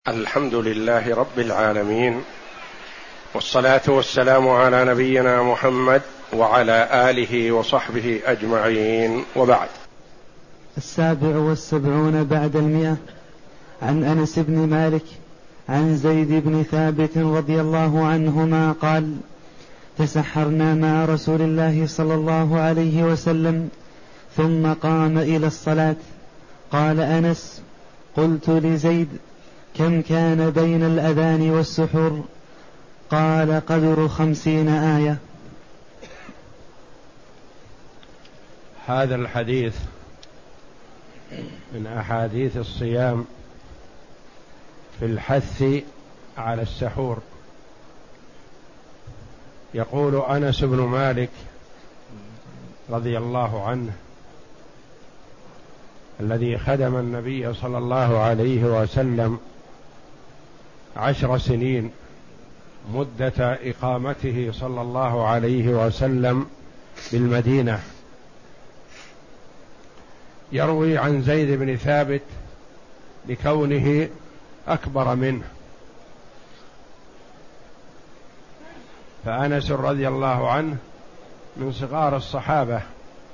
الحمد لله رب العالمين، والصلاة والسلام على نبينا محمد وعلى آله وصحبه أجمعين، وبعد. 77 بعد 100. عن أنس بن مالك عن زيد بن ثابت رضي الله عنهما قال: تسحرنا مع رسول الله صلى الله عليه وسلم ثم قام إلى الصلاة. قال أنس: قلت لزيد: كم كان بين الأذان والسحور؟ قال: قدر 50 آية. هذا الحديث من أحاديث الصيام في الحث على السحور. يقول أنس بن مالك رضي الله عنه الذي خدم النبي صلى الله عليه وسلم 10 سنين مدة إقامته صلى الله عليه وسلم بالمدينة، يروي عن زيد بن ثابت لكونه أكبر منه، فأنس رضي الله عنه من صغار الصحابة،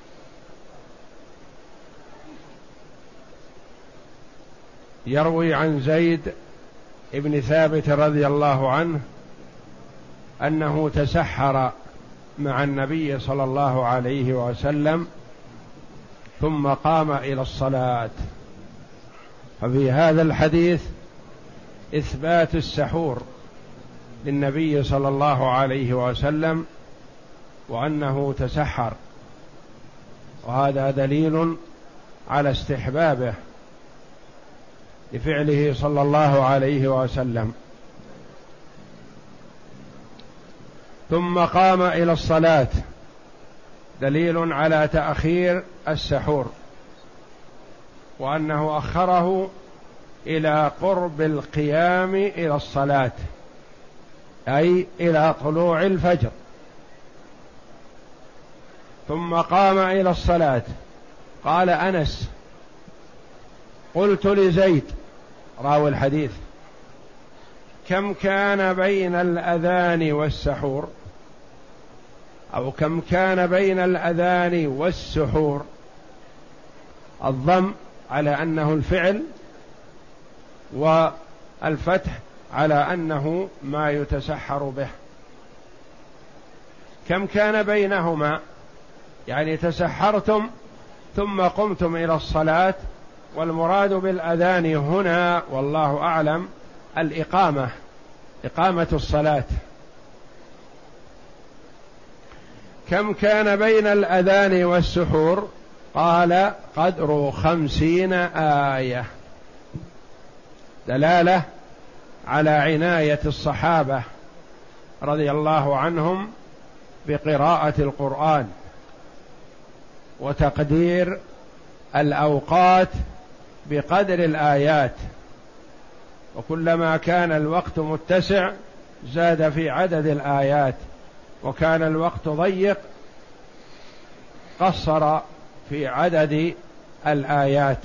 يروي عن زيد ابن ثابت رضي الله عنه أنه تسحر مع النبي صلى الله عليه وسلم ثم قام إلى الصلاة. ففي هذا الحديث إثبات السحور للنبي صلى الله عليه وسلم وأنه تسحر، وهذا دليل على استحبابه لفعله صلى الله عليه وسلم. ثم قام إلى الصلاة دليل على تأخير السحور، وأنه أخره إلى قرب القيام إلى الصلاة، أي إلى طلوع الفجر. ثم قام إلى الصلاة. قال أنس: قلت لزيد راوي الحديث: كم كان بين الأذان والسحور، أو كم كان بين الأذان والسحور؟ الضم على أنه الفعل، والفتح على أنه ما يتسحر به. كم كان بينهما؟ يعني تسحرتم ثم قمتم إلى الصلاة، والمراد بالأذان هنا والله أعلم الإقامة، إقامة الصلاة. كم كان بين الأذان والسحور؟ قال: قدر 50 آية، دلالة على عناية الصحابة رضي الله عنهم بقراءة القرآن وتقدير الأوقات بقدر الآيات، وكلما كان الوقت متسع زاد في عدد الآيات، وكان الوقت ضيق قصر في عدد الآيات.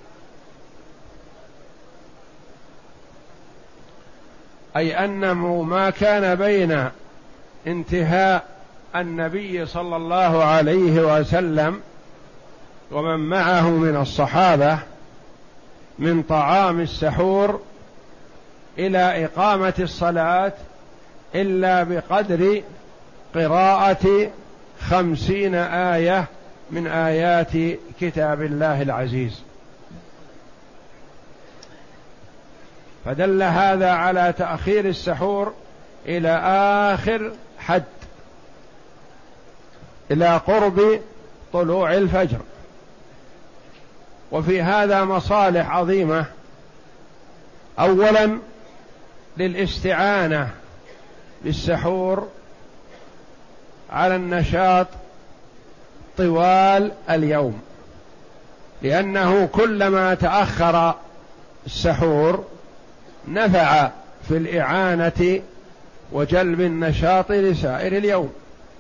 أي أنه ما كان بين انتهاء النبي صلى الله عليه وسلم ومن معه من الصحابة من طعام السحور إلى إقامة الصلاة إلا بقدر قراءة 50 آية من آيات كتاب الله العزيز. فدل هذا على تأخير السحور إلى آخر حد، إلى قرب طلوع الفجر. وفي هذا مصالح عظيمة: أولا للاستعانة بالسحور على النشاط طوال اليوم، لأنه كلما تأخر السحور نفع في الإعانة وجلب النشاط لسائر اليوم،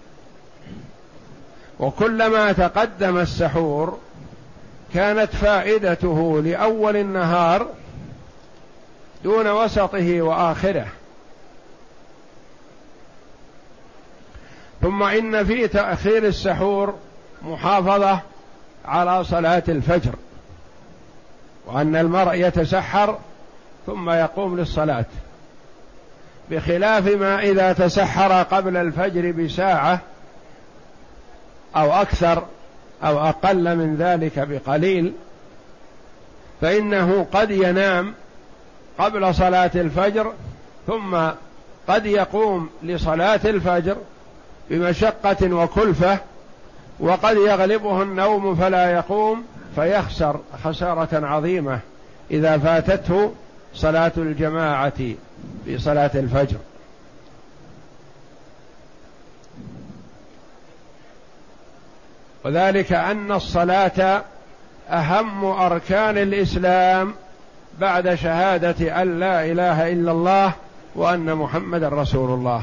وكلما تقدم السحور كانت فائدته لأول النهار دون وسطه وآخره. ثم إن في تأخير السحور محافظة على صلاة الفجر، وأن المرء يتسحر ثم يقوم للصلاة، بخلاف ما إذا تسحر قبل الفجر بساعة أو أكثر أو أقل من ذلك بقليل، فإنه قد ينام قبل صلاة الفجر ثم قد يقوم لصلاة الفجر بمشقة وكلفة، وقد يغلبه النوم فلا يقوم فيخسر خسارة عظيمة إذا فاتته صلاة الجماعة في صلاة الفجر. وذلك أن الصلاة أهم أركان الإسلام بعد شهادة أن لا إله إلا الله وأن محمد رسول الله.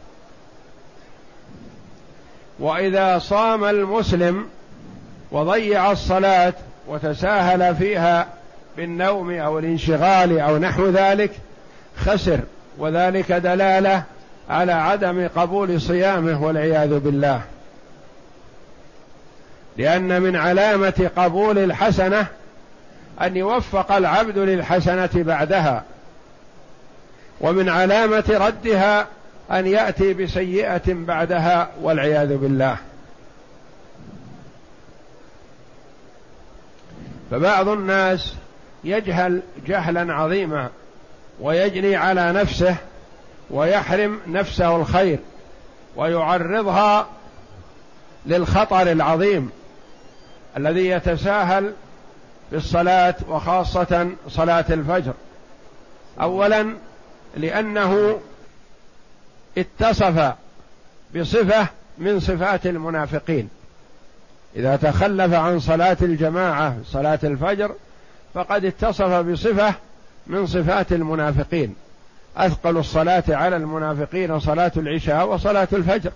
وإذا صام المسلم وضيع الصلاة وتساهل فيها بالنوم أو الانشغال أو نحو ذلك خسر، وذلك دلالة على عدم قبول صيامه والعياذ بالله، لأن من علامة قبول الحسنة أن يوفق العبد للحسنة بعدها، ومن علامة ردها أن يأتي بسيئة بعدها والعياذ بالله. فبعض الناس يجهل جهلا عظيما ويجني على نفسه ويحرم نفسه الخير ويعرضها للخطر العظيم الذي يتساهل بالصلاة وخاصة صلاة الفجر. أولا لأنه اتصف بصفة من صفات المنافقين، إذا تخلف عن صلاة الجماعة صلاة الفجر فقد اتصف بصفة من صفات المنافقين. أثقل الصلاة على المنافقين صلاة العشاء وصلاة الفجر.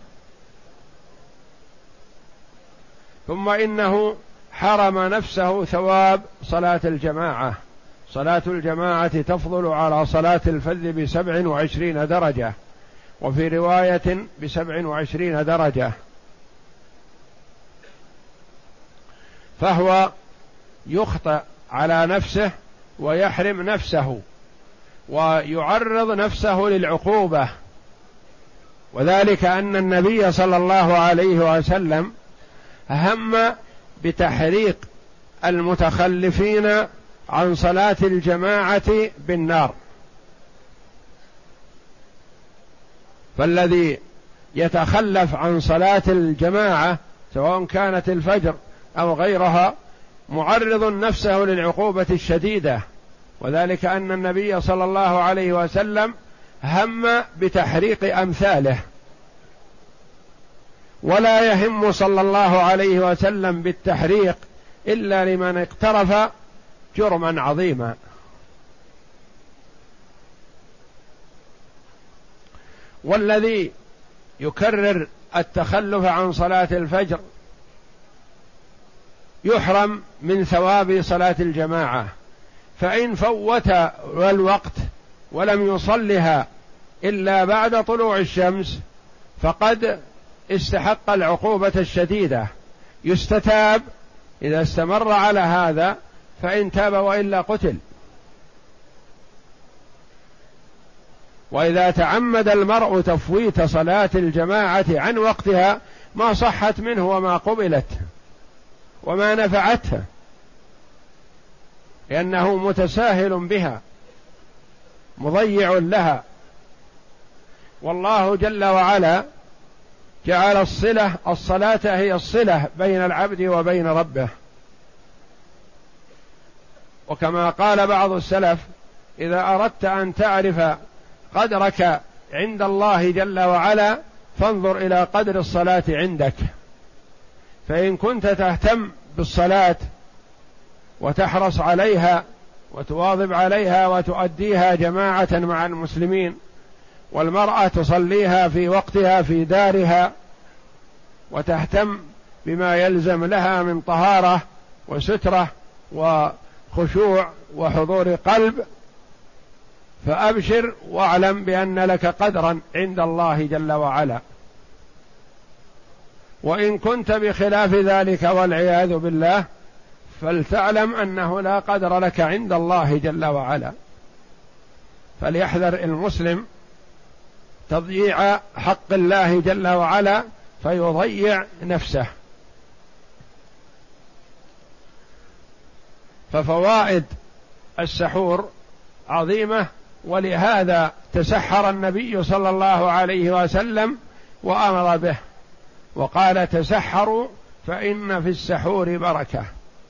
ثم إنه حرم نفسه ثواب صلاة الجماعة. صلاة الجماعة تفضل على صلاة الفذ ب27 درجة، وفي رواية ب27 درجة، فهو يخطئ على نفسه ويحرم نفسه ويعرض نفسه للعقوبة. وذلك أن النبي صلى الله عليه وسلم هم بتحريق المتخلفين عن صلاة الجماعة بالنار. فالذي يتخلف عن صلاة الجماعة سواء كانت الفجر أو غيرها معرض نفسه للعقوبة الشديدة، وذلك أن النبي صلى الله عليه وسلم هم بتحريق أمثاله، ولا يهم صلى الله عليه وسلم بالتحريق إلا لمن اقترف جرما عظيما. والذي يكرر التخلف عن صلاة الفجر يحرم من ثواب صلاة الجماعة، فإن فوت الوقت ولم يصلها إلا بعد طلوع الشمس فقد استحق العقوبة الشديدة. يستتاب إذا استمر على هذا، فإن تاب وإلا قتل. وإذا تعمد المرء تفويت صلاة الجماعة عن وقتها ما صحت منه وما قبلت وما نفعته، لأنه متساهل بها مضيع لها. والله جل وعلا جعل الصلاة هي الصلة بين العبد وبين ربه، وكما قال بعض السلف: إذا أردت أن تعرف قدرك عند الله جل وعلا فانظر إلى قدر الصلاة عندك. فإن كنت تهتم بالصلاة وتحرص عليها وتواظب عليها وتؤديها جماعة مع المسلمين، والمرأة تصليها في وقتها في دارها وتهتم بما يلزم لها من طهارة وسترة وخشوع وحضور قلب، فأبشر واعلم بأن لك قدرا عند الله جل وعلا، وإن كنت بخلاف ذلك والعياذ بالله فلتعلم أنه لا قدر لك عند الله جل وعلا. فليحذر المسلم تضييع حق الله جل وعلا فيضيع نفسه. ففوائد السحور عظيمة، ولهذا تسحر النبي صلى الله عليه وسلم وأمر به وقال: تسحروا فإن في السحور بركة.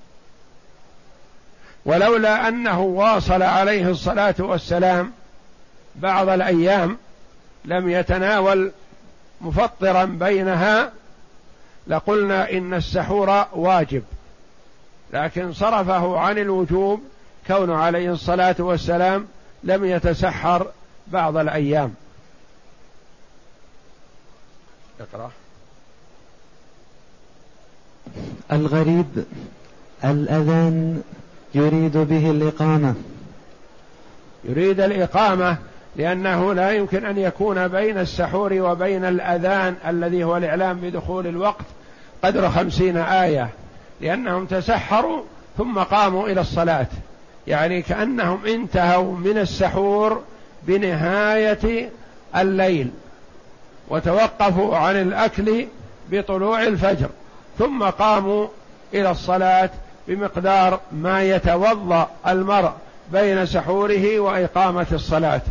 ولولا أنه واصل عليه الصلاة والسلام بعض الأيام لم يتناول مفطرا بينها لقلنا إن السحور واجب، لكن صرفه عن الوجوب كون عليه الصلاة والسلام لم يتسحر بعض الأيام. اقرأ. الغريب الأذان يريد به الإقامة. يريد الإقامة لأنه لا يمكن أن يكون بين السحور وبين الأذان الذي هو الإعلام بدخول الوقت قدر 50 آية، لأنهم تسحروا ثم قاموا إلى الصلاة، يعني كأنهم انتهوا من السحور بنهاية الليل وتوقفوا عن الأكل بطلوع الفجر، ثم قاموا إلى الصلاة بمقدار ما يتوضأ المرء بين سحوره وإقامة الصلاة.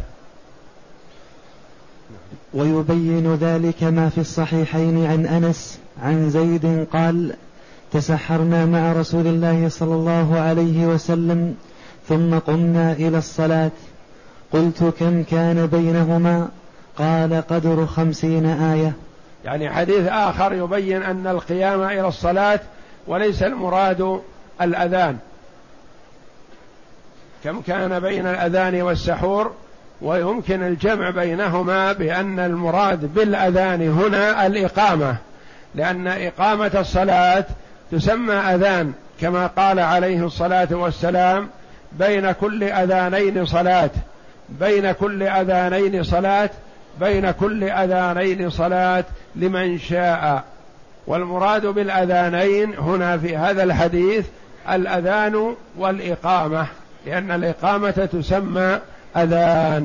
ويبين ذلك ما في الصحيحين عن أنس عن زيد قال: تسحرنا مع رسول الله صلى الله عليه وسلم ثم قمنا إلى الصلاة، قلت: كم كان بينهما؟ قال: قدر 50 آية. يعني حديث آخر يبين أن القيام إلى الصلاة وليس المراد الأذان، كم كان بين الأذان والسحور، ويمكن الجمع بينهما بأن المراد بالأذان هنا الإقامة، لأن إقامة الصلاة تسمى أذان، كما قال عليه الصلاة والسلام: بين كل أذانين صلاة، بين كل أذانين صلاة، بين كل أذانين صلاة لمن شاء. والمراد بالأذانين هنا في هذا الحديث الأذان والإقامة، لأن الإقامة تسمى أذان.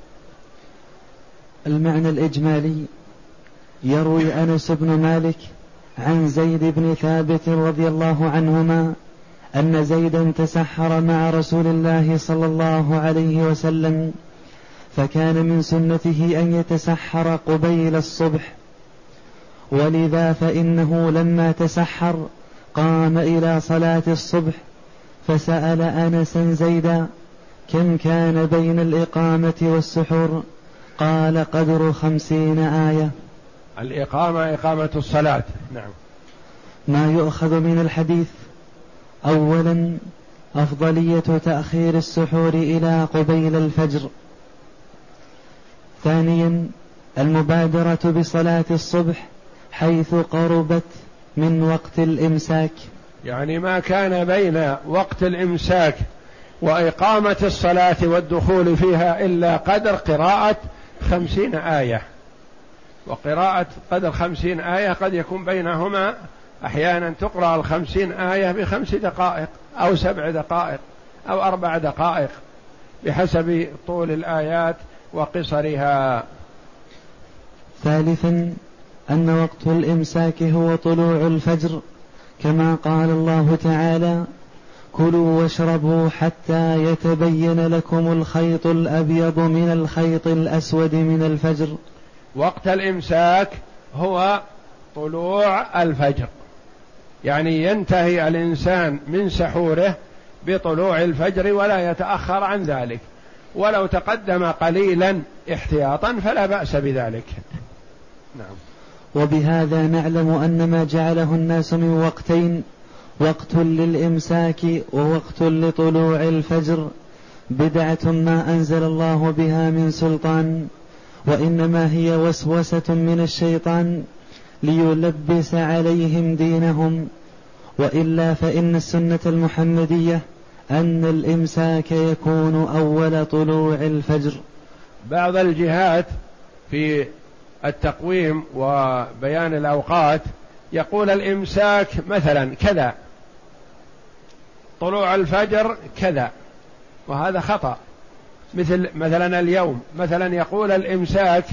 المعنى الإجمالي: يروي أنس بن مالك عن زيد بن ثابت رضي الله عنهما أن زيدا تسحر مع رسول الله صلى الله عليه وسلم، فكان من سنته أن يتسحر قبيل الصبح، ولذا فإنه لما تسحر قام إلى صلاة الصبح فسأل أنسا زيدا: كم كان بين الإقامة والسحور؟ قال: قدر 50 آية. الإقامة إقامة الصلاة. نعم. ما يؤخذ من الحديث: أولا أفضلية تأخير السحور إلى قبيل الفجر. ثانيا المبادرة بصلاة الصبح حيث قربت من وقت الإمساك، يعني ما كان بين وقت الإمساك وإقامة الصلاة والدخول فيها إلا قدر قراءة 50 آية، وقراءة قدر 50 آية قد يكون بينهما أحيانا تقرأ 50 آية ب5 دقائق أو 7 دقائق أو 4 دقائق بحسب طول الآيات وقصرها. ثالثا أن وقت الإمساك هو طلوع الفجر، كما قال الله تعالى: كلوا واشربوا حتى يتبين لكم الخيط الأبيض من الخيط الأسود من الفجر. وقت الإمساك هو طلوع الفجر، يعني ينتهي الإنسان من سحوره بطلوع الفجر ولا يتأخر عن ذلك، ولو تقدم قليلا احتياطا فلا بأس بذلك. نعم. وبهذا نعلم أن ما جعله الناس من وقتين، وقت للإمساك ووقت لطلوع الفجر، بدعة ما أنزل الله بها من سلطان، وإنما هي وسوسة من الشيطان ليلبس عليهم دينهم، وإلا فإن السنة المحمدية أن الإمساك يكون أول طلوع الفجر. بعض الجهات في التقويم وبيان الأوقات يقول الإمساك مثلا كذا، طلوع الفجر كذا، وهذا خطأ. مثلا اليوم مثلا يقول الإمساك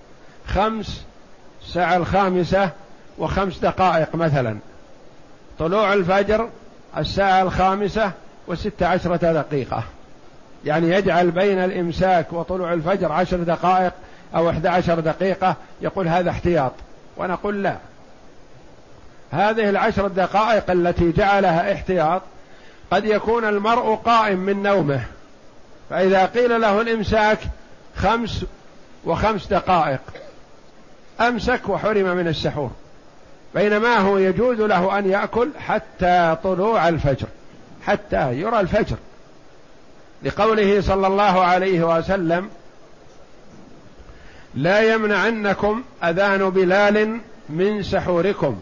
5:05 و5 دقائق مثلا، طلوع الفجر 5:06 دقيقة، يعني يجعل بين الإمساك وطلوع الفجر 10 دقائق أو 11 دقيقة، يقول هذا احتياط. ونقول لا، هذه 10 دقائق التي جعلها احتياط قد يكون المرء قائم من نومه، فإذا قيل له الإمساك 5:05 دقائق أمسك وحرم من السحور، بينما هو يجوز له أن يأكل حتى طلوع الفجر، حتى يرى الفجر، لقوله صلى الله عليه وسلم: لا يمنعنكم أذان بلال من سحوركم،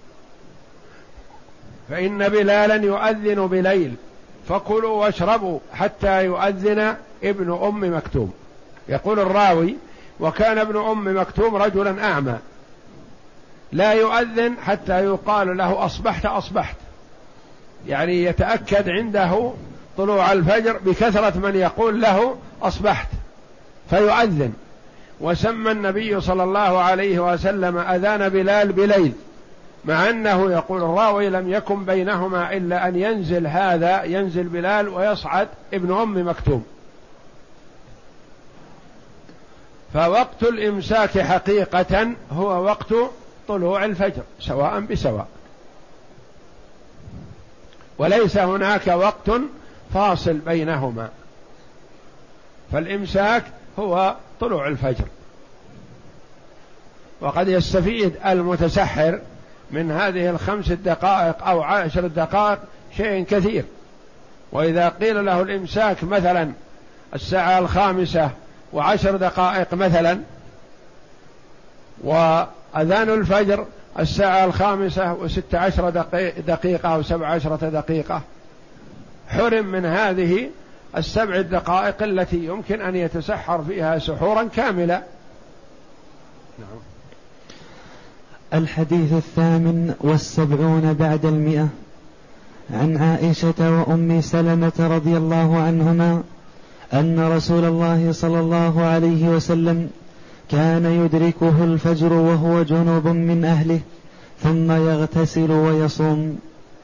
فإن بلالا يؤذن بليل، فكلوا واشربوا حتى يؤذن ابن أم مكتوم. يقول الراوي: وكان ابن أم مكتوم رجلا أعمى لا يؤذن حتى يقال له أصبحت أصبحت، يعني يتأكد عنده طلوع الفجر بكثرة من يقول له أصبحت فيؤذن. وسمى النبي صلى الله عليه وسلم أذان بلال بليل، مع أنه يقول الراوي لم يكن بينهما إلا أن ينزل هذا، ينزل بلال ويصعد ابن أم مكتوم. فوقت الإمساك حقيقة هو وقت طلوع الفجر سواء بسواء، وليس هناك وقت فاصل بينهما، فالإمساك هو طلوع الفجر. وقد يستفيد المتسحر من هذه 5 دقائق أو 10 دقائق شيء كثير. وإذا قيل له الإمساك مثلا 5:10 دقائق مثلا، وأذان الفجر 5:16 دقيقة أو 17 دقيقة، حرم من هذه 7 دقائق التي يمكن أن يتسحر فيها سحورا كاملا. نعم. الحديث 78 بعد 100 عن عائشة وأم سلمة رضي الله عنهما أن رسول الله صلى الله عليه وسلم كان يدركه الفجر وهو جنوب من أهله ثم يغتسل ويصوم.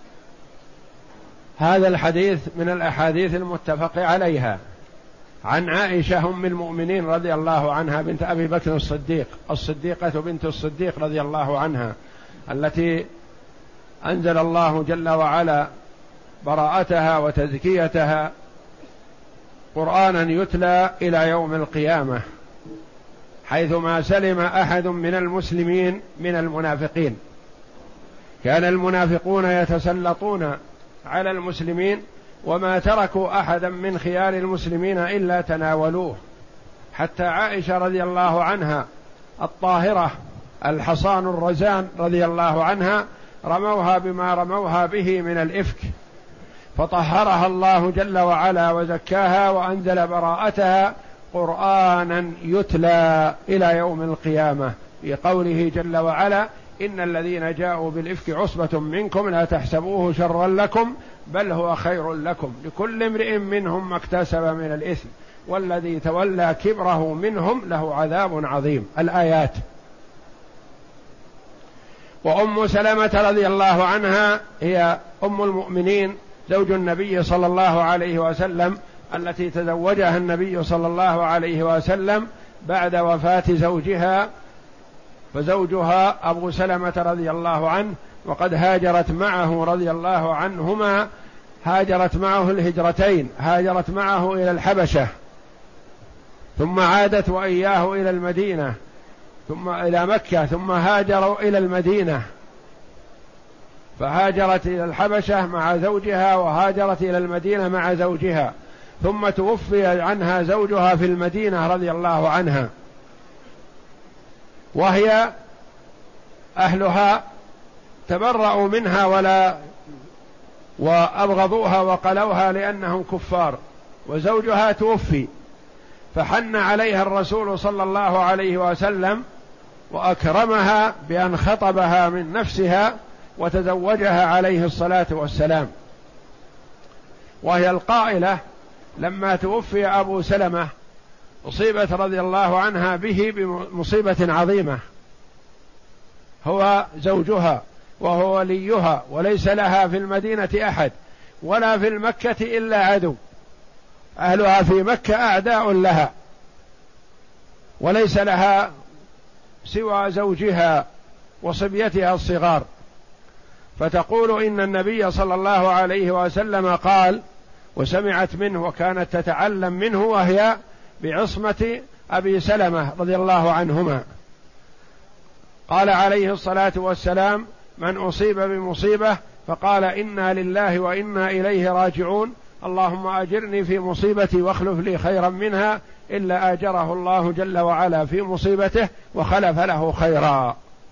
هذا الحديث من الأحاديث المتفق عليها عن عائشة أم المؤمنين رضي الله عنها بنت أبي بكر الصديق، الصديقة بنت الصديق رضي الله عنها، التي أنزل الله جل وعلا براءتها وتزكيتها قرآنا يتلى إلى يوم القيامة، حيثما سلم أحد من المسلمين من المنافقين. كان المنافقون يتسلطون على المسلمين، وما تركوا أحدا من خيار المسلمين إلا تناولوه، حتى عائشة رضي الله عنها الطاهرة الحصان الرزان رضي الله عنها رموها بما رموها به من الإفك، فطهرها الله جل وعلا وزكاها وأنزل براءتها قرآنا يتلى إلى يوم القيامة، في قوله جل وعلا: إن الذين جاءوا بالإفك عصبة منكم لا تحسبوه شرا لكم بل هو خير لكم لكل امرئ منهم ما اكتسب من الإثم والذي تولى كبره منهم له عذاب عظيم. الآيات. وأم سلمة رضي الله عنها هي أم المؤمنين زوج النبي صلى الله عليه وسلم، التي تزوجها النبي صلى الله عليه وسلم بعد وفاة زوجها، فزوجها أبو سلمة رضي الله عنه، وقد هاجرت معه رضي الله عنهما، هاجرت معه الهجرتين، هاجرت معه إلى الحبشة ثم عادت وإياه إلى المدينة ثم إلى مكة ثم هاجروا إلى المدينة، فهاجرت إلى الحبشة مع زوجها وهاجرت إلى المدينة مع زوجها، ثم توفي عنها زوجها في المدينة رضي الله عنها، وهي أهلها تبرأوا منها ولا وأبغضوها وقلوها لأنهم كفار، وزوجها توفي، فحن عليها الرسول صلى الله عليه وسلم وأكرمها بأن خطبها من نفسها وتزوجها عليه الصلاة والسلام. وهي القائلة لما توفي أبو سلمة أصيبت رضي الله عنها به بمصيبة عظيمة، هو زوجها وهو وليها، وليس لها في المدينة أحد ولا في المكة إلا عدو، أهلها في مكة أعداء لها، وليس لها سوى زوجها وصبيتها الصغار. فتقول إن النبي صلى الله عليه وسلم قال، وسمعت منه وكانت تتعلم منه وهي بعصمة أبي سلمة رضي الله عنهما، قال عليه الصلاة والسلام: من أصيب بمصيبة فقال إنا لله وإنا إليه راجعون، اللهم أجرني في مصيبتي واخلف لي خيرا منها، إلا آجره الله جل وعلا في مصيبته وخلف له خيرا.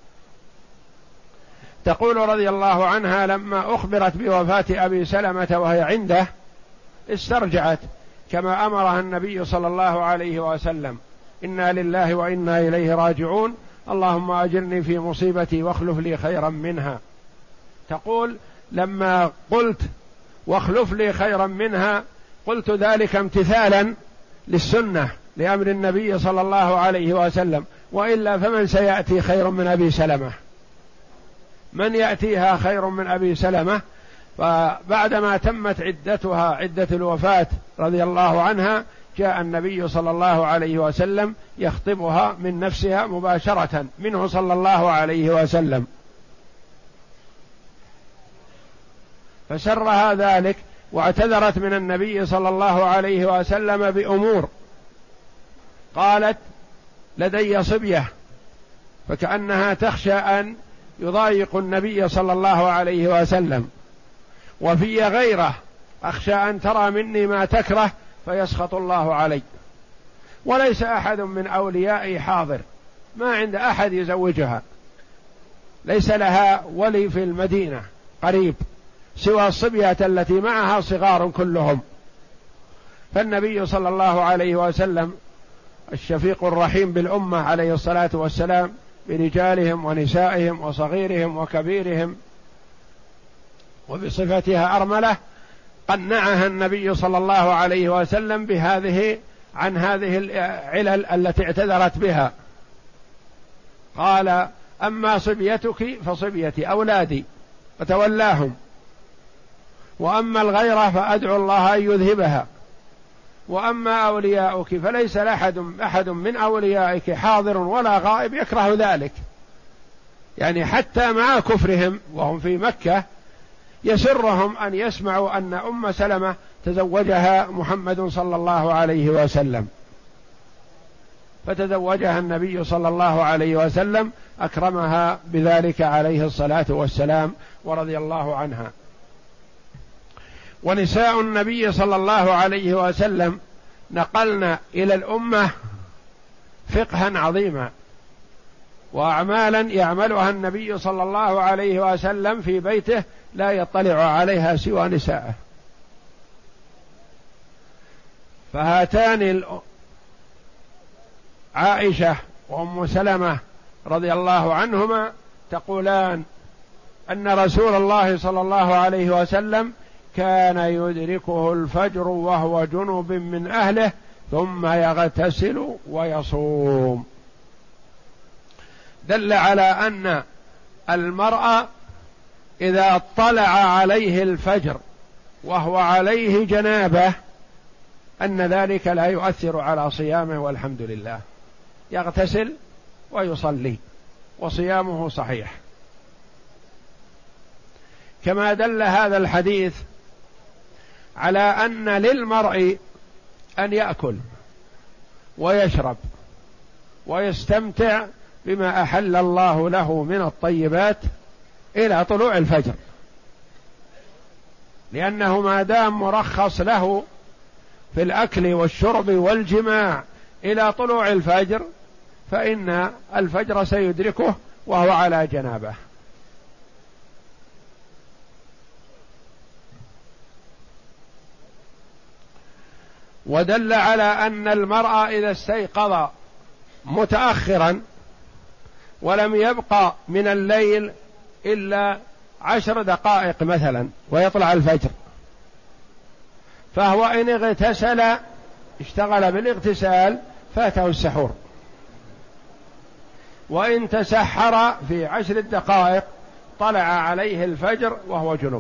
تقول رضي الله عنها: لما أخبرت بوفاة أبي سلمة وهي عنده استرجعت كما أمرها النبي صلى الله عليه وسلم: إنا لله وإنا إليه راجعون، اللهم أجرني في مصيبتي واخلف لي خيرا منها. تقول: لما قلت واخلف لي خيرا منها قلت ذلك امتثالا للسنة لأمر النبي صلى الله عليه وسلم، وإلا فمن سيأتي خير من أبي سلمة؟ من يأتيها خير من أبي سلمة؟ فبعدما تمت عدتها عدة الوفاة رضي الله عنها جاء النبي صلى الله عليه وسلم يخطبها من نفسها مباشرة منه صلى الله عليه وسلم، فسرها ذلك واعتذرت من النبي صلى الله عليه وسلم بأمور، قالت: لدي صبية، فكأنها تخشى أن يضايق النبي صلى الله عليه وسلم، وفي غيره أخشى أن ترى مني ما تكره فيسخط الله علي، وليس أحد من أوليائي حاضر، ما عند أحد يزوجها، ليس لها ولي في المدينة قريب سوى الصبية التي معها صغار كلهم. فالنبي صلى الله عليه وسلم الشفيق الرحيم بالأمة عليه الصلاة والسلام برجالهم ونسائهم وصغيرهم وكبيرهم وبصفتها أرملة قنعها النبي صلى الله عليه وسلم عن هذه العلل التي اعتذرت بها. قال: أما صبيتك فصبيتي أولادي وتولاهم، وأما الغيرة فأدعو الله أن يذهبها، وأما أولياؤك فليس أحد من أوليائك حاضر ولا غائب يكره ذلك. يعني حتى مع كفرهم وهم في مكة يسرهم أن يسمعوا أن أم سلمة تزوجها محمد صلى الله عليه وسلم، فتزوجها النبي صلى الله عليه وسلم، أكرمها بذلك عليه الصلاة والسلام ورضي الله عنها. ونساء النبي صلى الله عليه وسلم نقلنا إلى الأمة فقها عظيما وأعمالا يعملها النبي صلى الله عليه وسلم في بيته لا يطلع عليها سوى نساءه. فهاتان عائشة وأم سلمة رضي الله عنهما تقولان أن رسول الله صلى الله عليه وسلم كان يدركه الفجر وهو جنب من أهله ثم يغتسل ويصوم. دل على أن المرأة إذا طلع عليه الفجر وهو عليه جنابه أن ذلك لا يؤثر على صيامه، والحمد لله، يغتسل ويصلي وصيامه صحيح. كما دل هذا الحديث على أن للمرء أن يأكل ويشرب ويستمتع بما أحل الله له من الطيبات إلى طلوع الفجر، لأنه ما دام مرخص له في الأكل والشرب والجماع إلى طلوع الفجر فإن الفجر سيدركه وهو على جنابه. ودل على أن المرأة إذا استيقظ متأخرا ولم يبقى من الليل إلا 10 دقائق مثلا ويطلع الفجر، فهو إن اغتسل اشتغل بالاغتسال فاته السحور، وإن تسحر في 10 دقائق طلع عليه الفجر وهو جنب،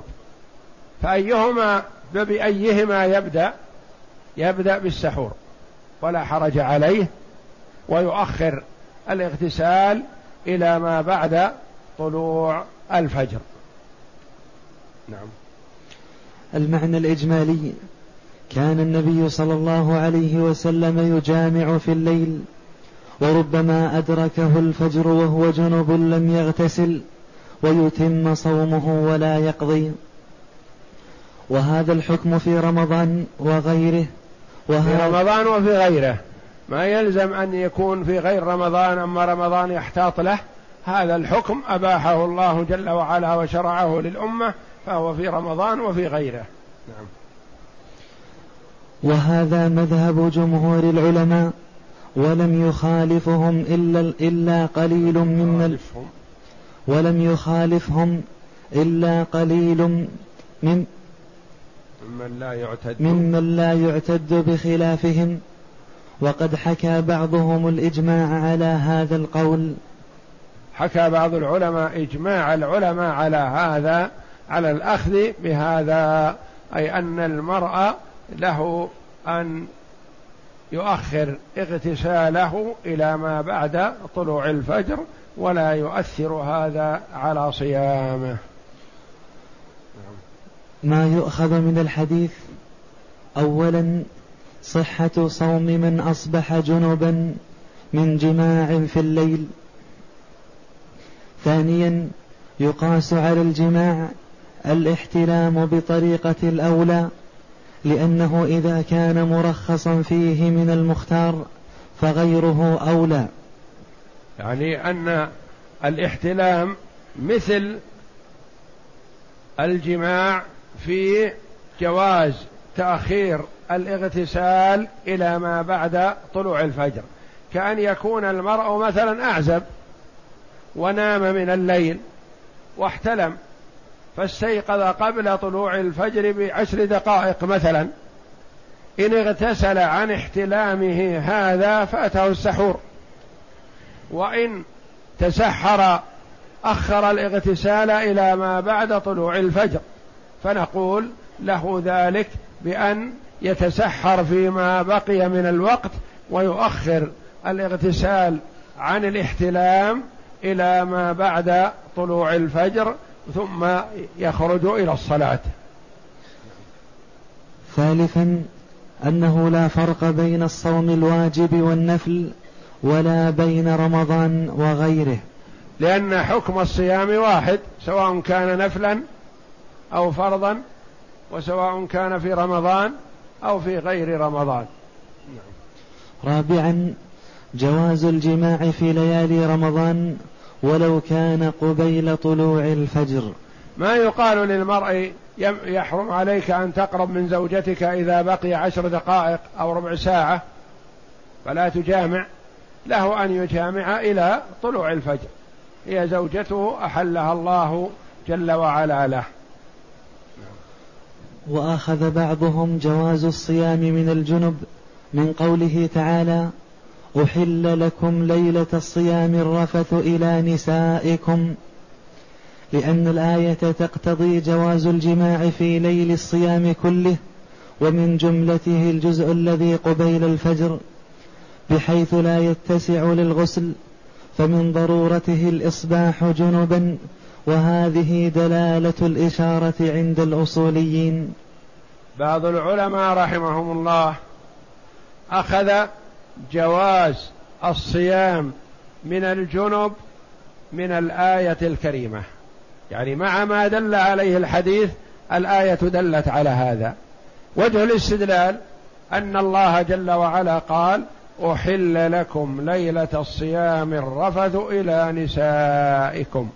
فبأيهما يبدأ بالسحور ولا حرج عليه، ويؤخر الاغتسال إلى ما بعد طلوع الفجر. نعم. المعنى الإجمالي: كان النبي صلى الله عليه وسلم يجامع في الليل، وربما أدركه الفجر وهو جنب لم يغتسل ويتم صومه ولا يقضي. وهذا الحكم في رمضان وغيره. في رمضان وفي غيره، ما يلزم أن يكون في غير رمضان، أما رمضان يحتاط له. هذا الحكم أباحه الله جل وعلا وشرعه للأمة، فهو في رمضان وفي غيره. نعم. وهذا مذهب جمهور العلماء، ولم يخالفهم إلا قليل ممن لا يعتد بخلافهم. وقد حكى بعضهم الإجماع على هذا القول. حكى بعض العلماء إجماع العلماء على هذا، على الأخذ بهذا، أي أن المرء له أن يؤخر اغتساله إلى ما بعد طلوع الفجر، ولا يؤثر هذا على صيامه. ما يؤخذ من الحديث: أولا صحة صوم من أصبح جنبا من جماع في الليل. ثانيا يقاس على الجماع الاحتلام بطريقة الأولى، لأنه إذا كان مرخصا فيه من المختار فغيره أولى. يعني أن الاحتلام مثل الجماع في جواز تأخير الاغتسال إلى ما بعد طلوع الفجر، كأن يكون المرء مثلا أعزب ونام من الليل واحتلم، فاستيقظ قبل طلوع الفجر ب10 دقائق مثلا، إن اغتسل عن احتلامه هذا فأته السحور، وإن تسحر أخر الاغتسال إلى ما بعد طلوع الفجر، فنقول له ذلك بأن يتسحر فيما بقي من الوقت ويؤخر الاغتسال عن الاحتلام إلى ما بعد طلوع الفجر، ثم يخرج إلى الصلاة. ثالثا أنه لا فرق بين الصوم الواجب والنفل، ولا بين رمضان وغيره، لأن حكم الصيام واحد، سواء كان نفلا أو فرضا، وسواء كان في رمضان أو في غير رمضان. رابعا جواز الجماع في ليالي رمضان ولو كان قبيل طلوع الفجر. ما يقال للمرء يحرم عليك أن تقرب من زوجتك إذا بقي 10 دقائق أو ربع ساعة فلا تجامع، له أن يجامع إلى طلوع الفجر، هي زوجته أحلها الله جل وعلا له. وأخذ بعضهم جواز الصيام من الجنب من قوله تعالى: أحل لكم ليلة الصيام الرفث إلى نسائكم، لأن الآية تقتضي جواز الجماع في ليل الصيام كله، ومن جملته الجزء الذي قبيل الفجر، بحيث لا يتسع للغسل، فمن ضرورته الإصباح جنبا، وهذه دلالة الإشارة عند الأصوليين. بعض العلماء رحمهم الله أخذ جواز الصيام من الجنب من الآية الكريمة، يعني مع ما دل عليه الحديث الآية دلت على هذا. وجه الاستدلال أن الله جل وعلا قال: أحل لكم ليلة الصيام الرفث إلى نسائكم،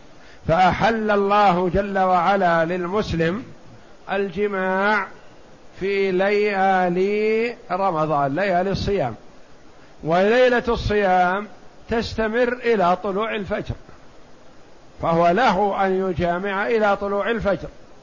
فأحل الله جل وعلا للمسلم الجماع في ليالي رمضان، ليالي الصيام، وليلة الصيام تستمر إلى طلوع الفجر، فهو له أن يجامع إلى طلوع الفجر.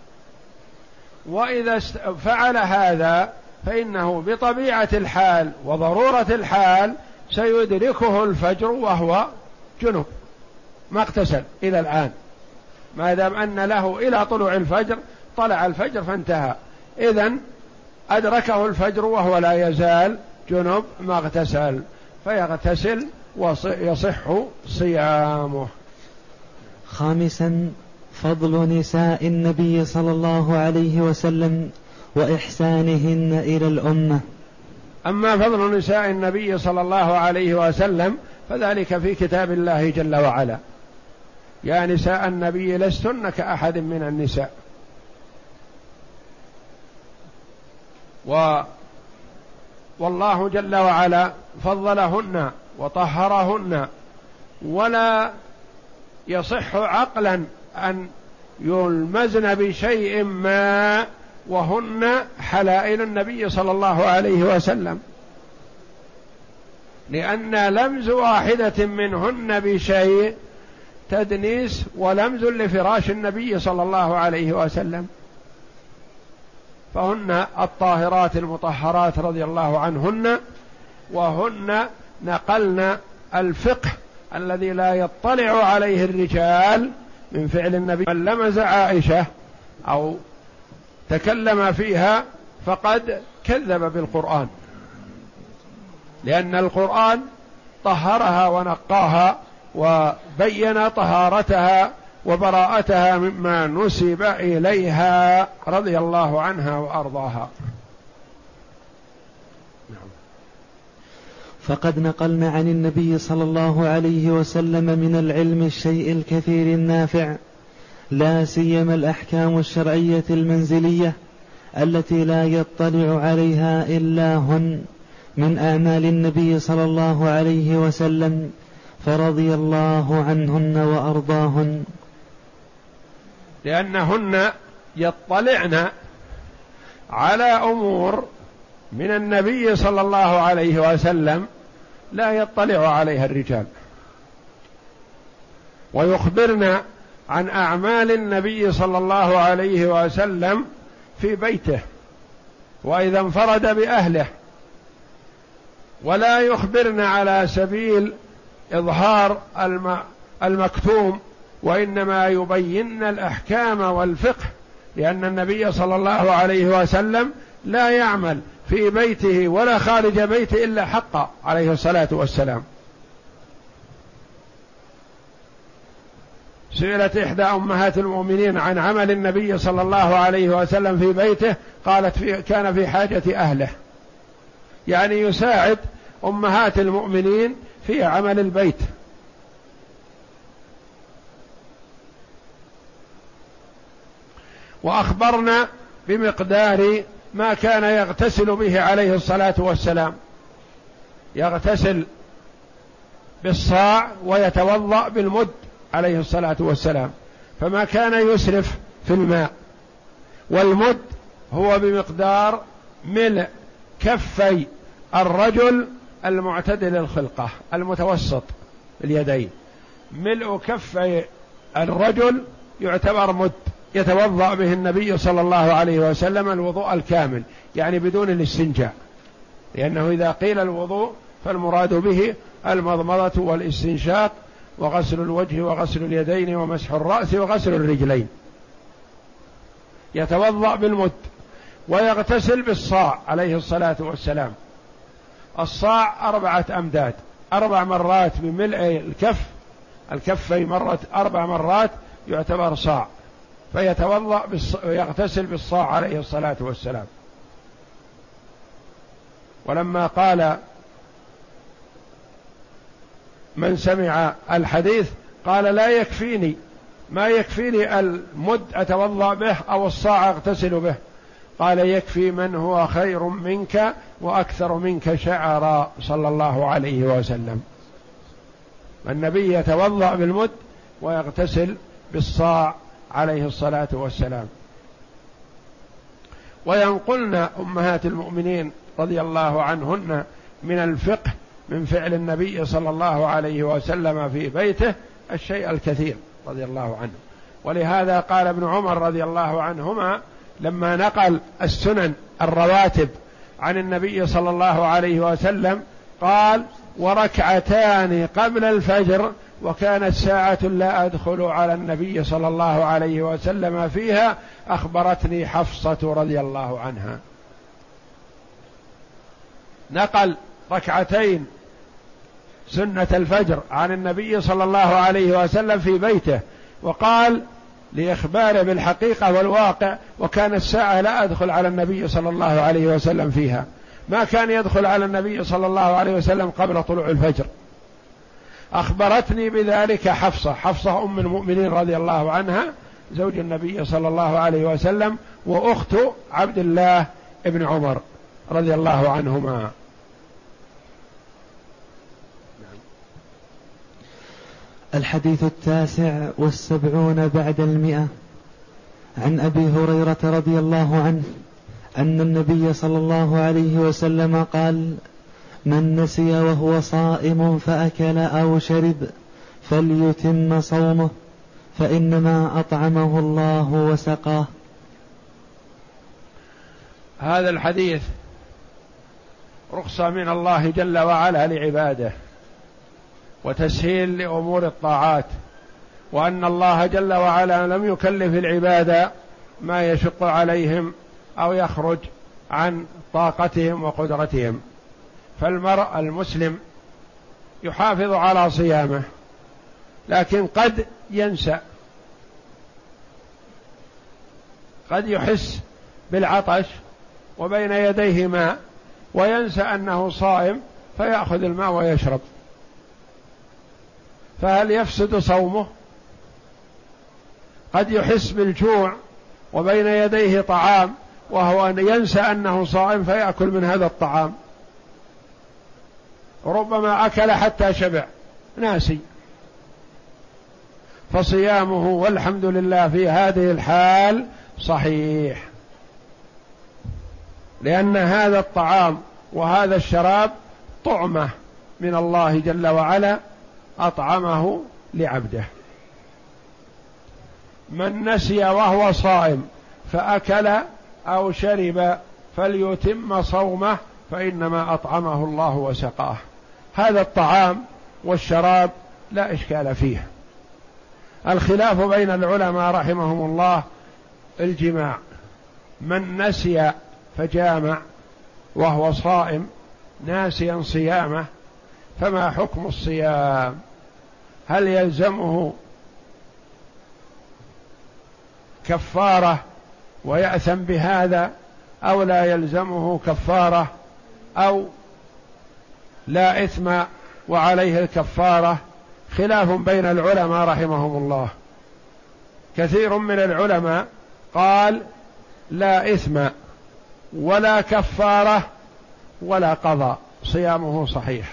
وإذا فعل هذا فإنه بطبيعة الحال وضرورة الحال سيدركه الفجر وهو جنب ما اغتسل إلى الآن، ما دام أن له إلى طلوع الفجر، طلع الفجر فانتهى، إذن أدركه الفجر وهو لا يزال جنب ما اغتسل، فيغتسل ويصح صيامه. خامسا، فضل نساء النبي صلى الله عليه وسلم وإحسانهن إلى الأمة. أما فضل نساء النبي صلى الله عليه وسلم فذلك في كتاب الله جل وعلا: يا نساء النبي لستن كأحد من النساء. والله جل وعلا فضلهن وطهرهن، ولا يصح عقلا أن يلمزن بشيء ما وهن حلائل النبي صلى الله عليه وسلم، لأن لمز واحدة منهن بشيء تدنيس ولمز لفراش النبي صلى الله عليه وسلم، فهن الطاهرات المطهرات رضي الله عنهن، وهن نقلن الفقه الذي لا يطلع عليه الرجال من فعل النبي. من لمز عائشة أو تكلم فيها فقد كذب بالقرآن، لأن القرآن طهرها ونقاها وبين طهارتها وبراءتها مما نسب إليها رضي الله عنها وأرضاها. فقد نقلنا عن النبي صلى الله عليه وسلم من العلم الشيء الكثير النافع، لا سيما الأحكام الشرعية المنزلية التي لا يطلع عليها إلا هن من أعمال النبي صلى الله عليه وسلم، فرضي الله عنهن وأرضاهن، لأنهن يطلعن على أمور من النبي صلى الله عليه وسلم لا يطلع عليها الرجال، ويخبرنا عن أعمال النبي صلى الله عليه وسلم في بيته وإذا انفرد بأهله، ولا يخبرنا على سبيل إظهار المكتوم، وإنما يبين الأحكام والفقه، لأن النبي صلى الله عليه وسلم لا يعمل في بيته ولا خارج بيته إلا حقا عليه الصلاة والسلام. سئلت إحدى أمهات المؤمنين عن عمل النبي صلى الله عليه وسلم في بيته، قالت كان في حاجة أهله، يعني يساعد أمهات المؤمنين في عمل البيت. وأخبرنا بمقدار ما كان يغتسل به عليه الصلاة والسلام، يغتسل بالصاع ويتوضأ بالمد عليه الصلاة والسلام، فما كان يسرف في الماء. والمد هو بمقدار ملء كفي الرجل المعتدل الخلقة المتوسط اليدين، ملء كفي الرجل يعتبر مد، يتوضأ به النبي صلى الله عليه وسلم الوضوء الكامل، يعني بدون الاستنجاء، لأنه إذا قيل الوضوء فالمراد به المضمضة والاستنشاق وغسل الوجه وغسل اليدين ومسح الرأس وغسل الرجلين. يتوضأ بالمد ويغتسل بالصاع عليه الصلاة والسلام. الصاع 4 أمداد، 4 مرات بملء الكفي مرة 4 مرات يعتبر صاع، فيتوضأ ويغتسل بالصاع عليه الصلاة والسلام. ولما قال من سمع الحديث قال لا يكفيني، ما يكفيني المد أتوضأ به أو الصاع أغتسل به، قال يكفي من هو خير منك وأكثر منك شعرا صلى الله عليه وسلم. النبي يتوضأ بالمد ويغتسل بالصاع عليه الصلاة والسلام. وينقلن أمهات المؤمنين رضي الله عنهن من الفقه من فعل النبي صلى الله عليه وسلم في بيته الشيء الكثير رضي الله عنه. ولهذا قال ابن عمر رضي الله عنهما لما نقل السنن الرواتب عن النبي صلى الله عليه وسلم قال: وركعتان قبل الفجر، وكانت ساعة لا أدخل على النبي صلى الله عليه وسلم فيها أخبرتني حفصة رضي الله عنها. نقل ركعتين سنة الفجر عن النبي صلى الله عليه وسلم في بيته، وقال لإخباره بالحقيقة والواقع: وكان الساعة لا أدخل على النبي صلى الله عليه وسلم فيها، ما كان يدخل على النبي صلى الله عليه وسلم قبل طلوع الفجر. أخبرتني بذلك حفصة أم المؤمنين رضي الله عنها زوج النبي صلى الله عليه وسلم وأخت عبد الله ابن عمر رضي الله عنهما. الحديث 79 بعد 100. عن أبي هريرة رضي الله عنه أن النبي صلى الله عليه وسلم قال: من نسي وهو صائم فأكل أو شرب فليتم صومه فإنما أطعمه الله وسقاه. هذا الحديث رخصة من الله جل وعلا لعباده وتسهيل لأمور الطاعات، وأن الله جل وعلا لم يكلف العباد ما يشق عليهم أو يخرج عن طاقتهم وقدرتهم. فالمرء المسلم يحافظ على صيامه، لكن قد ينسى، قد يحس بالعطش وبين يديه ماء وينسى أنه صائم فيأخذ الماء ويشرب، فهل يفسد صومه؟ قد يحس بالجوع وبين يديه طعام وهو ينسى أنه صائم فيأكل من هذا الطعام، ربما أكل حتى شبع ناسي، فصيامه والحمد لله في هذه الحال صحيح، لأن هذا الطعام وهذا الشراب طعمة من الله جل وعلا أطعمه لعبده. من نسي وهو صائم فأكل أو شرب فليتم صومه فإنما أطعمه الله وسقاه. هذا الطعام والشراب لا إشكال فيه. الخلاف بين العلماء رحمهم الله الجماع، من نسي فجامع وهو صائم ناسيا صيامه فما حكم الصيام؟ هل يلزمه كفارة ويأثم بهذا أو لا يلزمه كفارة أو لا إثم وعليه الكفارة؟ خلاف بين العلماء رحمهم الله. كثير من العلماء قال لا إثم ولا كفارة ولا قضاء، صيامه صحيح،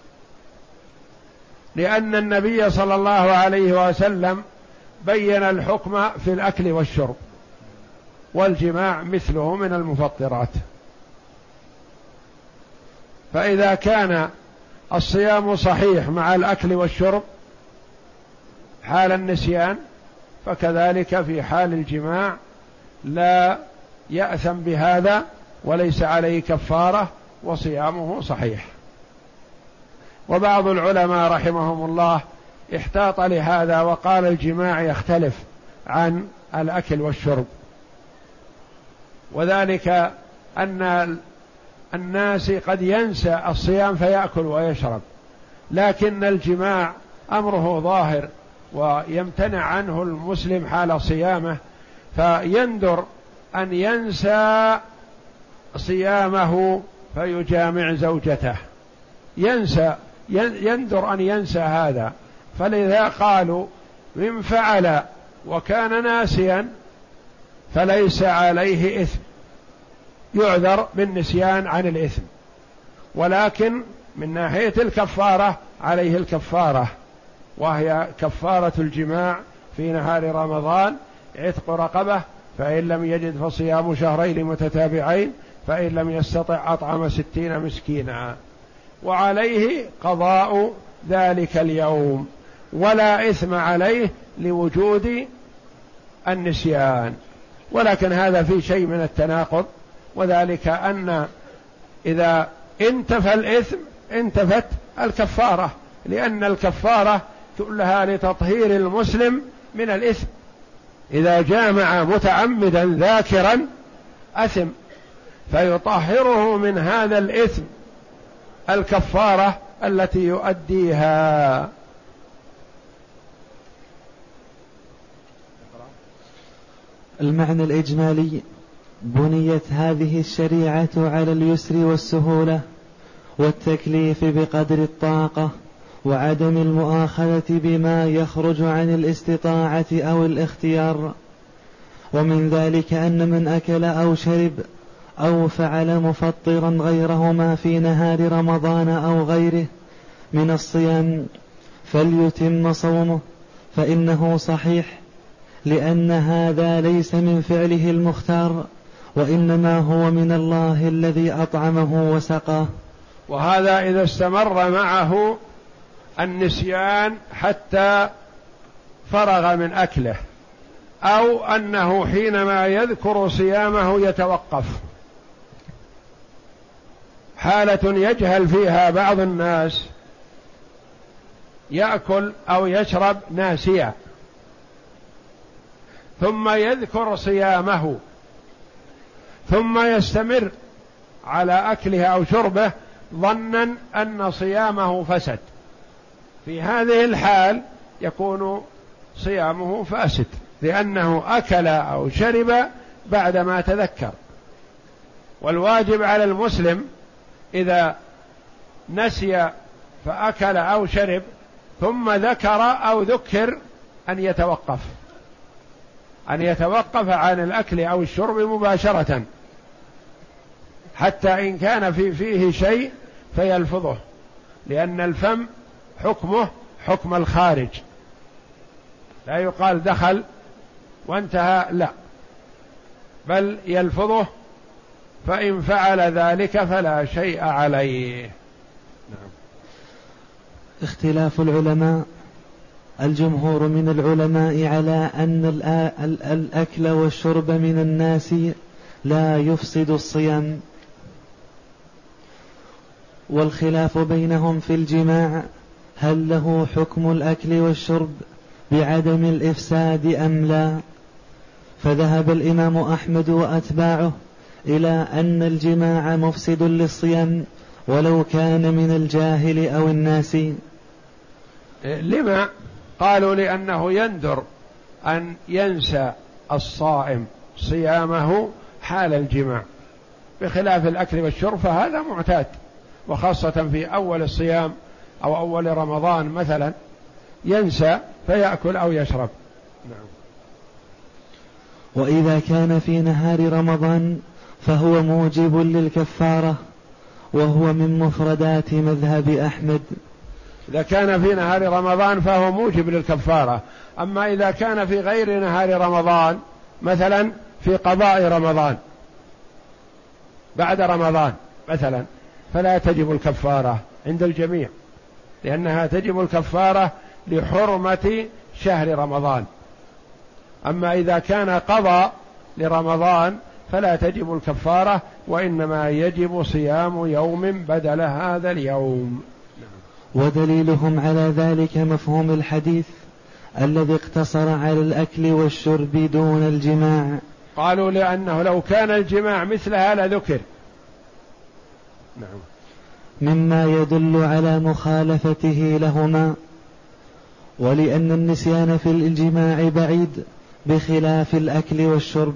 لأن النبي صلى الله عليه وسلم بين الحكم في الأكل والشرب، والجماع مثله من المفطرات. فإذا كان الصيام صحيح مع الأكل والشرب حال النسيان، فكذلك في حال الجماع لا يأثم بهذا وليس عليه كفارة وصيامه صحيح. وبعض العلماء رحمهم الله احتاط لهذا وقال الجماع يختلف عن الأكل والشرب، وذلك أن الناس قد ينسى الصيام فيأكل ويشرب، لكن الجماع أمره ظاهر ويمتنع عنه المسلم حال صيامه، فيندر أن ينسى صيامه فيجامع زوجته، يندر أن ينسى هذا، فلذا قالوا من فعل وكان ناسيا فليس عليه إثم، يعذر بالنسيان عن الإثم، ولكن من ناحية الكفارة عليه الكفارة، وهي كفارة الجماع في نهار رمضان عتق رقبة فإن لم يجد فصيام شهرين متتابعين، فإن لم يستطع أطعم 60 مسكينا، وعليه قضاء ذلك اليوم، ولا إثم عليه لوجود النسيان. ولكن هذا في شيء من التناقض، وذلك أن إذا انتفى الإثم انتفت الكفارة، لأن الكفارة كلها لتطهير المسلم من الإثم. إذا جامع متعمدا ذاكرا أثم، فيطهره من هذا الإثم الكفارة التي يؤديها. المعنى الإجمالي: بنيت هذه الشريعة على اليسر والسهولة والتكليف بقدر الطاقة، وعدم المؤاخذة بما يخرج عن الاستطاعة أو الاختيار. ومن ذلك أن من أكل أو شرب أو فعل مفطرا غيرهما في نهار رمضان أو غيره من الصيام فليتم صومه، فإنه صحيح، لأن هذا ليس من فعله المختار، وإنما هو من الله الذي أطعمه وسقاه. وهذا إذا استمر معه النسيان حتى فرغ من أكله، أو أنه حينما يذكر صيامه يتوقف. حالة يجهل فيها بعض الناس، يأكل أو يشرب ناسيا، ثم يذكر صيامه، ثم يستمر على أكله أو شربه ظنا أن صيامه فسد. في هذه الحال يكون صيامه فاسد، لأنه أكل أو شرب بعدما تذكر. والواجب على المسلم إذا نسي فأكل أو شرب ثم ذكر أو ذكر أن يتوقف عن الأكل أو الشرب مباشرة، حتى إن كان فيه شيء فيلفظه، لأن الفم حكمه حكم الخارج، لا يقال دخل وانتهى، لا، بل يلفظه، فإن فعل ذلك فلا شيء عليه. نعم. اختلاف العلماء: الجمهور من العلماء على أن الأكل والشرب من الناس لا يفسد الصيام، والخلاف بينهم في الجماع هل له حكم الأكل والشرب بعدم الإفساد أم لا. فذهب الإمام أحمد وأتباعه إلى أن الجماع مفسد للصيام ولو كان من الجاهل أو الناس. لما؟ قالوا لأنه يندر أن ينسى الصائم صيامه حال الجماع، بخلاف الأكل والشرب فهذا معتاد، وخاصة في أول الصيام أو أول رمضان مثلا ينسى فيأكل أو يشرب. نعم. وإذا كان في نهار رمضان فهو موجب للكفارة، وهو من مفردات مذهب أحمد. إذا كان في نهار رمضان فهو موجب للكفارة. أما إذا كان في غير نهار رمضان، مثلا في قضاء رمضان بعد رمضان مثلا، فلا تجب الكفارة عند الجميع، لأنها تجب الكفارة لحرمة شهر رمضان. أما إذا كان قضى لرمضان فلا تجب الكفارة، وإنما يجب صيام يوم بدل هذا اليوم. ودليلهم على ذلك مفهوم الحديث الذي اقتصر على الأكل والشرب دون الجماع. قالوا لأنه لو كان الجماع مثلها لذكر. نعم. مما يدل على مخالفته لهما، ولأن النسيان في الجماع بعيد بخلاف الأكل والشرب.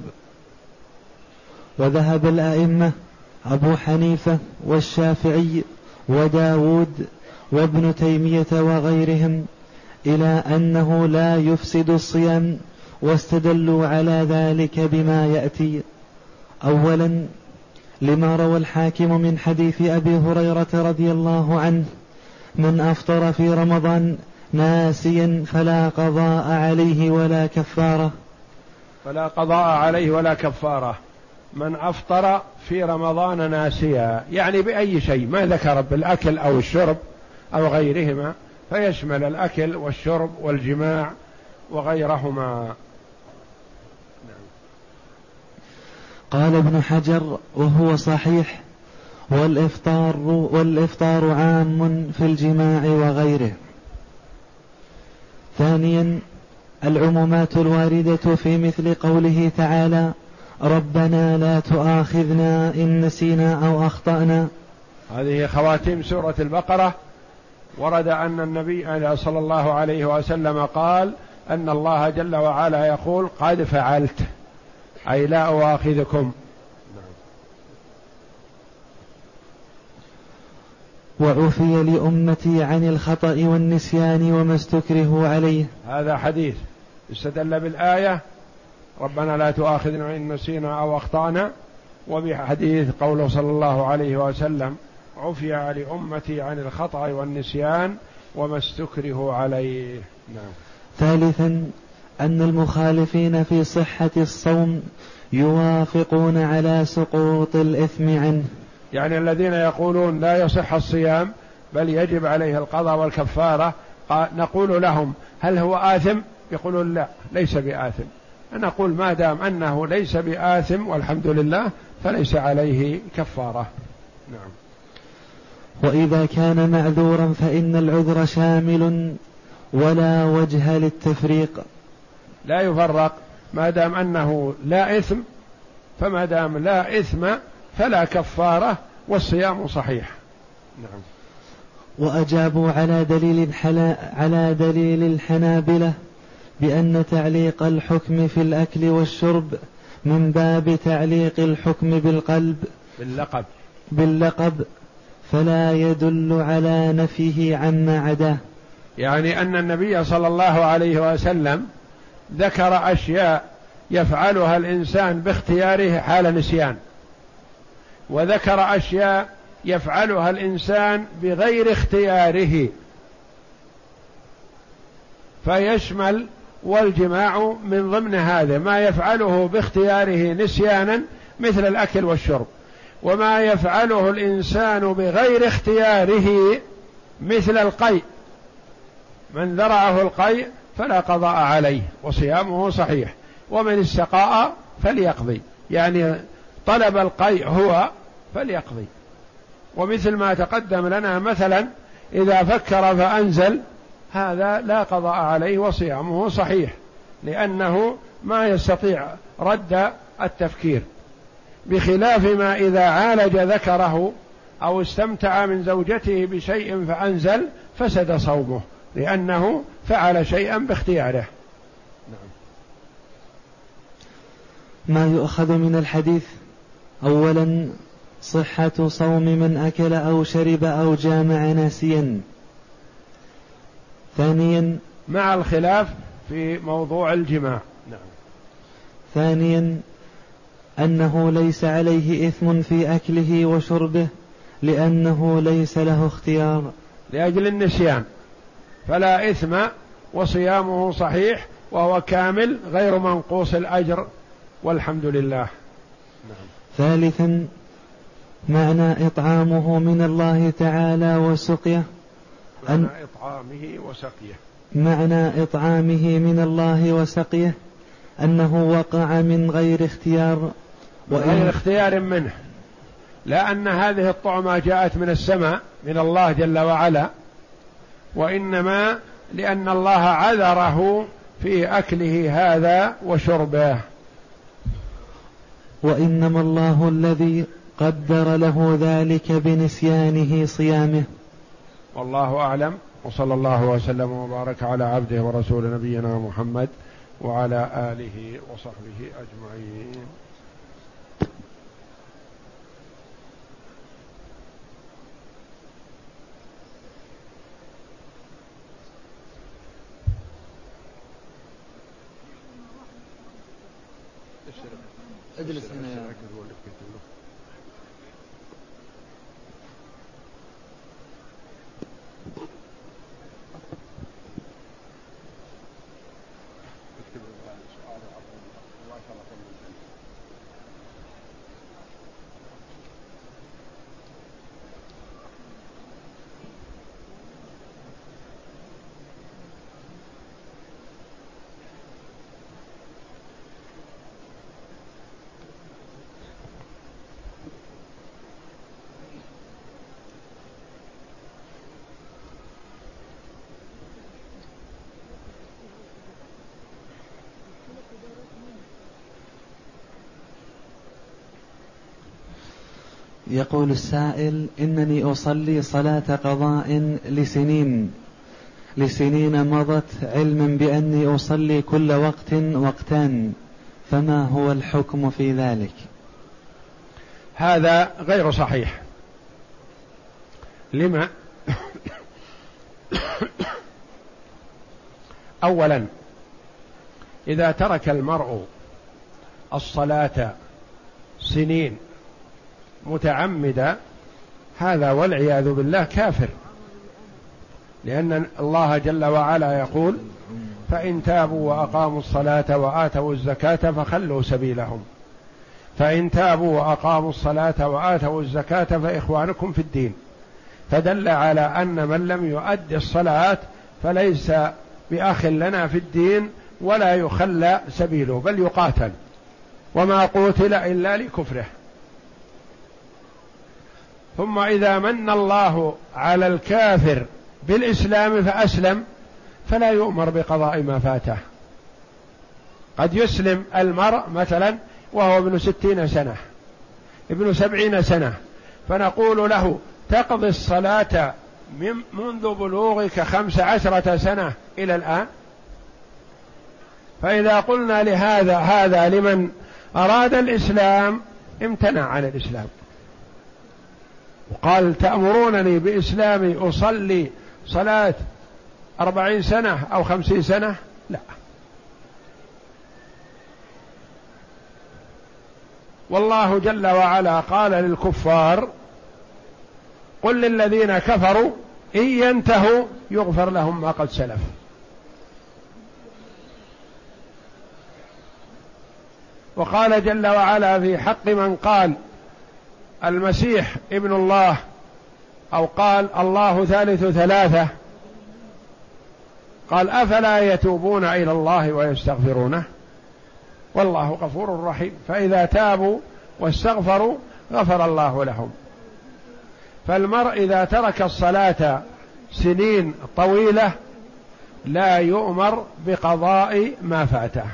وذهب الأئمة أبو حنيفة والشافعي وداود وابن تيمية وغيرهم إلى أنه لا يفسد الصيام، واستدلوا على ذلك بما يأتي. أولا لما روى الحاكم من حديث أبي هريرة رضي الله عنه: من أفطر في رمضان ناسيا فلا قضاء عليه ولا كفارة. فلا قضاء عليه ولا كفارة. من أفطر في رمضان ناسيا، يعني بأي شيء، ما ذكر بالأكل أو الشرب أو غيرهما، فيشمل الأكل والشرب والجماع وغيرهما. قال ابن حجر: وهو صحيح، والإفطار عام في الجماع وغيره. ثانيا العمومات الواردة في مثل قوله تعالى: ربنا لا تؤاخذنا إن نسينا أو أخطأنا. هذه خواتيم سورة البقرة. ورد أن النبي صلى الله عليه وسلم قال أن الله جل وعلا يقول: قد فعلت، أي لا أؤاخذكم. وعفي لأمتي عن الخطأ والنسيان وما استكرهوا عليه. هذا حديث استدل بالآية ربنا لا تؤاخذنا إن نسينا أو أخطأنا، وبحديث قوله صلى الله عليه وسلم: عفي لأمتي عن الخطأ والنسيان وما استكرهوا عليه. نعم. ثالثا أن المخالفين في صحة الصوم يوافقون على سقوط الإثم عنه، يعني الذين يقولون لا يصح الصيام بل يجب عليه القضاء والكفارة، نقول لهم: هل هو آثم؟ يقولون: لا، ليس بآثم. نقول: ما دام أنه ليس بآثم والحمد لله فليس عليه كفارة. نعم. وإذا كان معذورا فإن العذر شامل ولا وجه للتفريق، لا يفرق، ما دام أنه لا إثم، فما دام لا إثم فلا كفارة والصيام صحيح. نعم. وأجابوا على دليل الحنابلة بأن تعليق الحكم في الأكل والشرب من باب تعليق الحكم باللقب فلا يدل على نفيه عما عداه. يعني أن النبي صلى الله عليه وسلم ذكر أشياء يفعلها الإنسان باختياره حال نسيان، وذكر أشياء يفعلها الإنسان بغير اختياره، فيشمل والجماع من ضمن هذا، ما يفعله باختياره نسيانا مثل الأكل والشرب، وما يفعله الإنسان بغير اختياره مثل القيء، من ذرعه القيء فلا قضاء عليه وصيامه صحيح، ومن استقاء فليقضي، يعني طلب القيء هو فليقضي. ومثل ما تقدم لنا مثلا إذا فكر فأنزل، هذا لا قضاء عليه وصيامه صحيح، لأنه ما يستطيع رد التفكير، بخلاف ما إذا عالج ذكره أو استمتع من زوجته بشيء فأنزل فسد صومه، لأنه فعل شيئا باختياره. ما يؤخذ من الحديث: أولا صحة صوم من أكل أو شرب أو جامع ناسيا. ثانيا مع الخلاف في موضوع الجماع. نعم. ثانيا أنه ليس عليه إثم في أكله وشربه لأنه ليس له اختيار، لأجل النسيان فلا إثم وصيامه صحيح وهو كامل غير منقوص الأجر والحمد لله. نعم. ثالثا معنى إطعامه من الله تعالى وسقيه، معنى إطعامه من الله وسقيه أنه وقع من غير اختيار، غير اختيار منه، لأن هذه الطعمة جاءت من السماء من الله جل وعلا، وإنما لأن الله عذره في أكله هذا وشربه. وإنما الله الذي قدر له ذلك بنسيانه صيامه. والله أعلم، وصلى الله وسلم وبارك على عبده ورسول نبينا محمد وعلى آله وصحبه أجمعين. اجلس هنا يا يقول السائل: إنني أصلي صلاة قضاء لسنين مضت، علما بأني أصلي كل وقت وقتان، فما هو الحكم في ذلك؟ هذا غير صحيح. لما؟ أولا، إذا ترك المرء الصلاة سنين متعمدا، هذا والعياذ بالله كافر، لأن الله جل وعلا يقول: فإن تابوا وأقاموا الصلاة وآتوا الزكاة فخلوا سبيلهم. فإن تابوا وأقاموا الصلاة وآتوا الزكاة فإخوانكم في الدين. فدل على أن من لم يؤد الصلاة فليس بأخ لنا في الدين ولا يخلى سبيله، بل يقاتل، وما قتل إلا لكفره. ثم إذا من الله على الكافر بالإسلام فأسلم، فلا يؤمر بقضاء ما فاته. قد يسلم المرء مثلا وهو ابن 60 سنة، ابن 70 سنة، فنقول له: تقضي الصلاة منذ بلوغك 15 سنة إلى الآن. فإذا قلنا هذا لمن أراد الإسلام امتنع عن الإسلام وقال: تأمرونني بإسلامي أصلي صلاة 40 سنة أو 50 سنة؟ لا. والله جل وعلا قال للكفار: قل للذين كفروا إن ينتهوا يغفر لهم ما قد سلف. وقال جل وعلا في حق من قال المسيح ابن الله، أو قال الله ثالث ثلاثة، قال: أفلا يتوبون إلى الله ويستغفرونه والله غفور رحيم. فإذا تابوا واستغفروا غفر الله لهم. فالمرء إذا ترك الصلاة سنين طويلة لا يؤمر بقضاء ما فاته.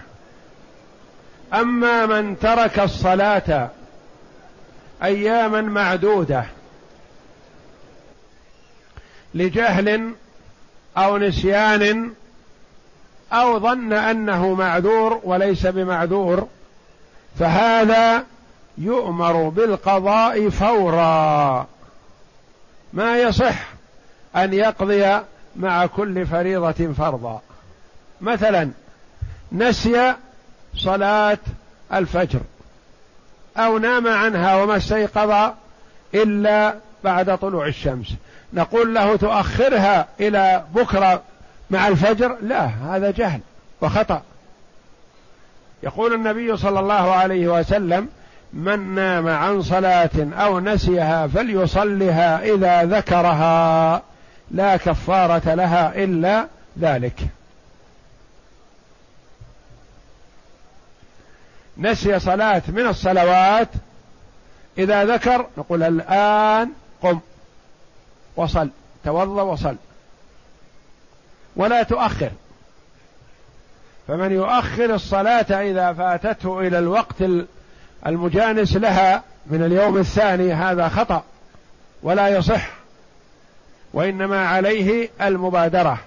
أما من ترك الصلاة أياما معدودة لجهل أو نسيان أو ظن أنه معذور وليس بمعذور، فهذا يؤمر بالقضاء فورا، ما يصح أن يقضي مع كل فريضة فرضا. مثلا نسي صلاة الفجر أو نام عنها وما استيقظ إلا بعد طلوع الشمس، نقول له: تؤخرها إلى بكرة مع الفجر؟ لا، هذا جهل وخطأ. يقول النبي صلى الله عليه وسلم: من نام عن صلاة أو نسيها فليصلها إذا ذكرها، لا كفارة لها إلا ذلك. نسي صلاة من الصلوات إذا ذكر نقول: الآن قم وصل، توضأ وصل، ولا تؤخر. فمن يؤخر الصلاة إذا فاتته إلى الوقت المجانس لها من اليوم الثاني هذا خطأ ولا يصح، وإنما عليه المبادرة.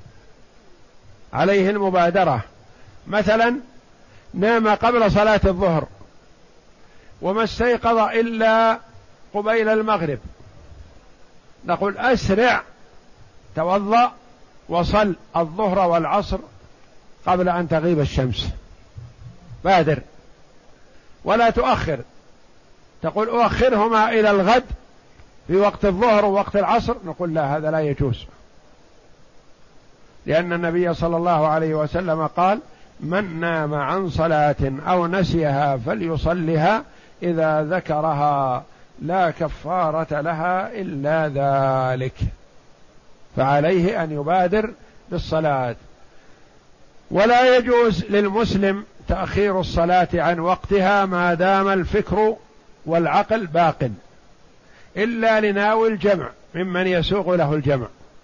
عليه المبادرة. مثلا نام قبل صلاة الظهر وما استيقظ إلا قبيل المغرب، نقول: أسرع، توضأ وصل الظهر والعصر قبل أن تغيب الشمس، بادر ولا تؤخر. تقول: أؤخرهما إلى الغد في وقت الظهر ووقت العصر، نقول: لا، هذا لا يجوز، لأن النبي صلى الله عليه وسلم قال: من نام عن صلاة أو نسيها فليصلها إذا ذكرها، لا كفارة لها إلا ذلك. فعليه أن يبادر بالصلاة. ولا يجوز للمسلم تأخير الصلاة عن وقتها ما دام الفكر والعقل باق، إلا لناوي الجمع ممن يسوغ له الجمع.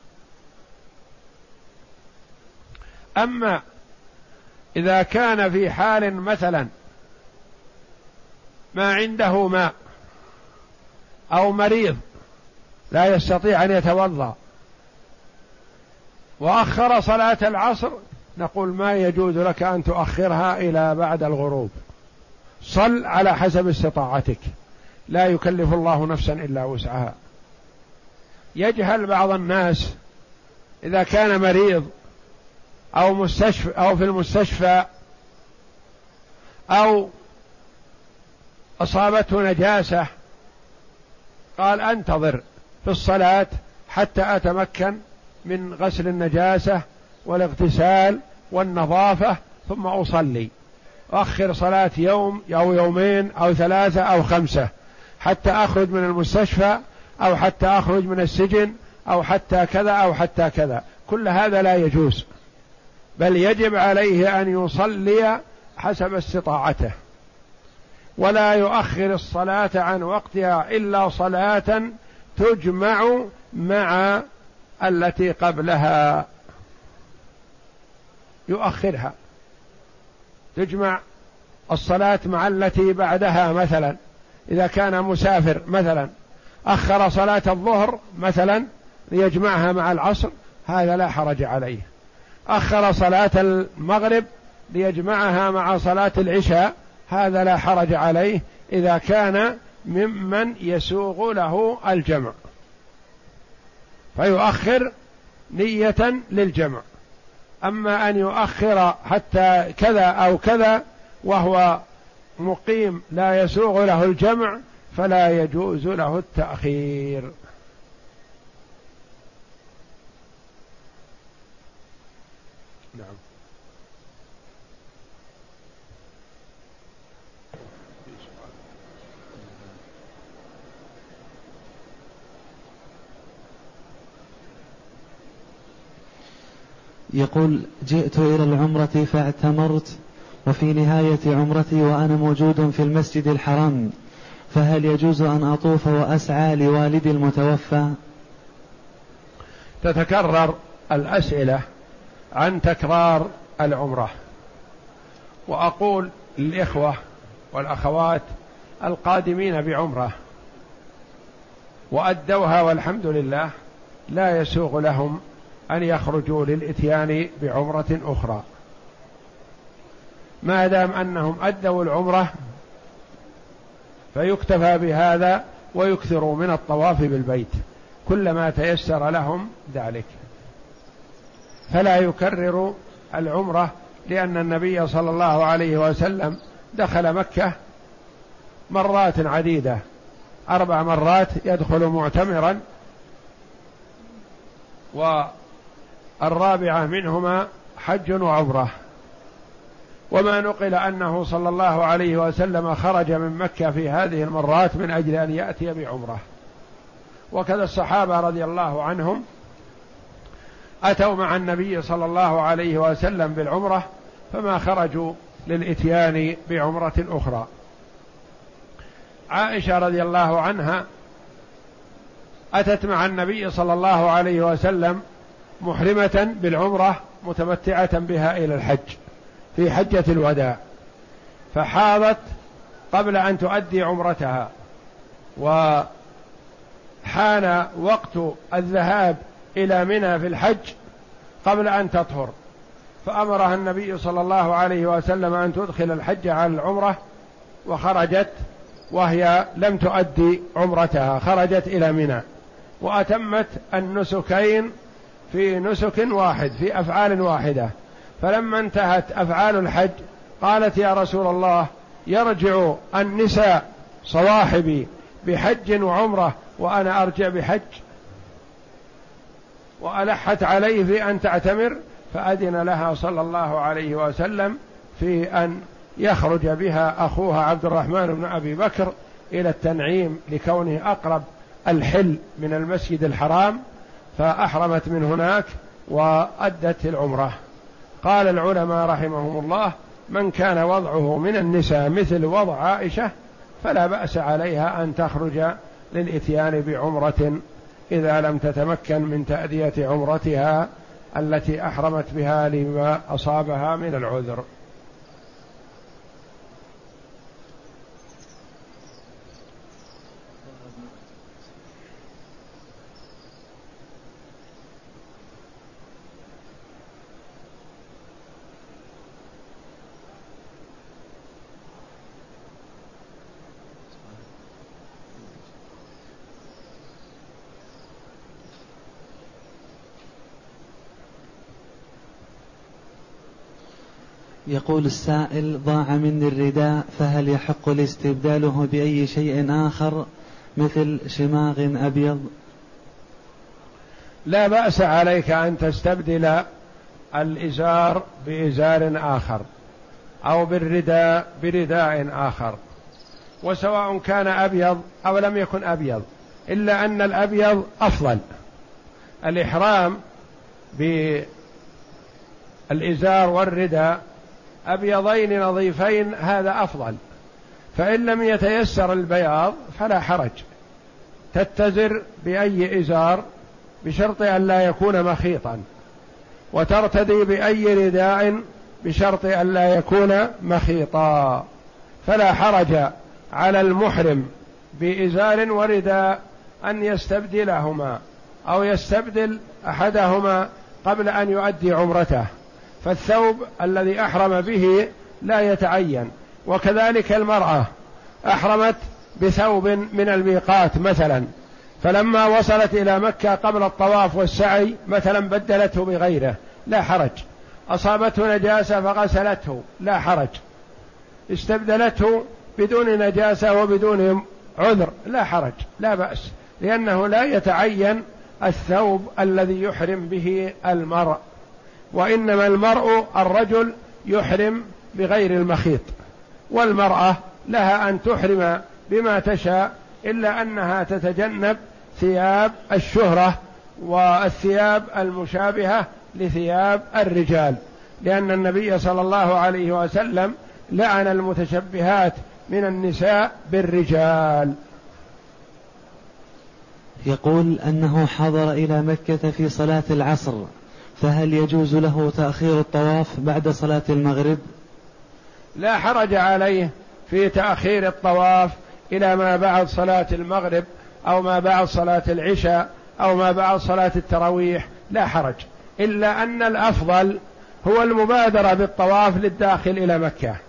أما إذا كان في حال مثلا ما عنده ماء أو مريض لا يستطيع أن يتوضأ وأخر صلاة العصر، نقول ما يجوز لك أن تؤخرها إلى بعد الغروب، صل على حسب استطاعتك، لا يكلف الله نفسا إلا وسعها. يجهل بعض الناس إذا كان مريض أو مستشفى أو في المستشفى أو أصابته نجاسة، قال أنتظر في الصلاة حتى أتمكن من غسل النجاسة والاغتسال والنظافة ثم أصلي، أخر صلاة يوم أو يومين أو 3 أو 5 حتى أخرج من المستشفى أو حتى أخرج من السجن أو حتى كذا أو حتى كذا. كل هذا لا يجوز، بل يجب عليه أن يصلي حسب استطاعته، ولا يؤخر الصلاة عن وقتها إلا صلاة تجمع مع التي قبلها، يؤخرها، تجمع الصلاة مع التي بعدها. مثلا إذا كان مسافر مثلا أخر صلاة الظهر مثلا ليجمعها مع العصر، هذا لا حرج عليه. أخر صلاة المغرب ليجمعها مع صلاة العشاء، هذا لا حرج عليه إذا كان ممن يسوغ له الجمع، فيؤخر نية للجمع. أما أن يؤخر حتى كذا أو كذا وهو مقيم لا يسوغ له الجمع فلا يجوز له التأخير. نعم. يقول: جئت إلى العمرة فاعتمرت، وفي نهاية عمرتي وأنا موجود في المسجد الحرام، فهل يجوز أن أطوف وأسعى لوالدي المتوفى؟ تتكرر الأسئلة عن تكرار العمرة، وأقول للإخوة والأخوات القادمين بعمرة وأدوها والحمد لله لا يسوغ لهم أن يخرجوا للإتيان بعمرة أخرى، ما دام أنهم أدوا العمرة فيكتفى بهذا ويكثروا من الطواف بالبيت كلما تيسر لهم ذلك، فلا يكرروا العمرة، لأن النبي صلى الله عليه وسلم دخل مكة مرات عديدة، 4 مرات يدخل معتمرا، والرابعة منهما حج وعمرة. وما نقل أنه صلى الله عليه وسلم خرج من مكة في هذه المرات من أجل أن يأتي بعمرة. وكذا الصحابة رضي الله عنهم أتوا مع النبي صلى الله عليه وسلم بالعمرة فما خرجوا للإتيان بعمرة أخرى. عائشة رضي الله عنها أتت مع النبي صلى الله عليه وسلم محرمة بالعمرة متمتعة بها إلى الحج في حجة الوداع، فحاضت قبل أن تؤدي عمرتها، وحان وقت الذهاب إلى منى في الحج قبل أن تطهر، فأمرها النبي صلى الله عليه وسلم أن تدخل الحج على العمرة، وخرجت وهي لم تؤدي عمرتها، خرجت إلى منى وأتمت النسكين في نسك واحد في أفعال واحدة. فلما انتهت أفعال الحج قالت: يا رسول الله، يرجع النساء صواحبي بحج وعمرة وأنا أرجع بحج؟ وألحت عليه في أن تعتمر، فأذن لها صلى الله عليه وسلم في أن يخرج بها أخوها عبد الرحمن بن أبي بكر إلى التنعيم لكونه أقرب الحل من المسجد الحرام، فأحرمت من هناك وأدت العمرة. قال العلماء رحمهم الله: من كان وضعه من النساء مثل وضع عائشة فلا بأس عليها أن تخرج للإتيان بعمرة إذا لم تتمكن من تأدية عمرتها التي أحرمت بها لما أصابها من العذر. يقول السائل: ضاع مني الرداء، فهل يحق لي استبداله بأي شيء آخر مثل شماغ أبيض؟ لا بأس عليك أن تستبدل الإزار بإزار آخر أو بالرداء برداء آخر، وسواء كان أبيض أو لم يكن أبيض، إلا أن الأبيض أفضل. الإحرام بالإزار والرداء أبيضين نظيفين هذا أفضل، فإن لم يتيسر البياض فلا حرج، تتزر بأي إزار بشرط أن لا يكون مخيطا، وترتدي بأي رداء بشرط أن لا يكون مخيطا، فلا حرج على المحرم بإزار ورداء أن يستبدلهما أو يستبدل أحدهما قبل أن يؤدي عمرته، فالثوب الذي أحرم به لا يتعين. وكذلك المرأة أحرمت بثوب من الميقات مثلا، فلما وصلت إلى مكة قبل الطواف والسعي مثلا بدلته بغيره لا حرج، أصابته نجاسة فغسلته لا حرج، استبدلته بدون نجاسة وبدون عذر لا حرج، لا بأس، لأنه لا يتعين الثوب الذي يحرم به المرء، وإنما الرجل يحرم بغير المخيط، والمرأة لها أن تحرم بما تشاء، إلا أنها تتجنب ثياب الشهرة والثياب المشابهة لثياب الرجال، لأن النبي صلى الله عليه وسلم لعن المتشبهات من النساء بالرجال. يقول أنه حضر إلى مكة في صلاة العصر، فهل يجوز له تأخير الطواف بعد صلاة المغرب؟ لا حرج عليه في تأخير الطواف إلى ما بعد صلاة المغرب أو ما بعد صلاة العشاء أو ما بعد صلاة التراويح، لا حرج، إلا أن الأفضل هو المبادرة بالطواف للداخل إلى مكة،